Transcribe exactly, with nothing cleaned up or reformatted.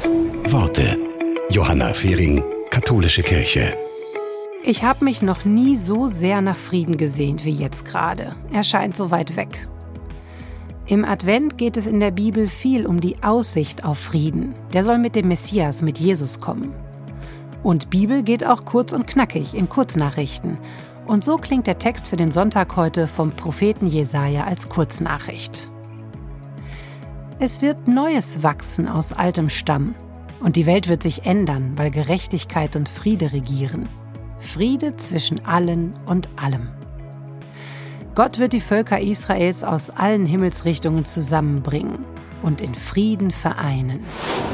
Worte. Johanna Fehring, Katholische Kirche. Ich habe mich noch nie so sehr nach Frieden gesehnt wie jetzt gerade. Er scheint so weit weg. Im Advent geht es in der Bibel viel um die Aussicht auf Frieden. Der soll mit dem Messias, mit Jesus kommen. Und Bibel geht auch kurz und knackig in Kurznachrichten. Und so klingt der Text für den Sonntag heute vom Propheten Jesaja als Kurznachricht. Es wird Neues wachsen aus altem Stamm. Und die Welt wird sich ändern, weil Gerechtigkeit und Friede regieren. Friede zwischen allen und allem. Gott wird die Völker Israels aus allen Himmelsrichtungen zusammenbringen und in Frieden vereinen.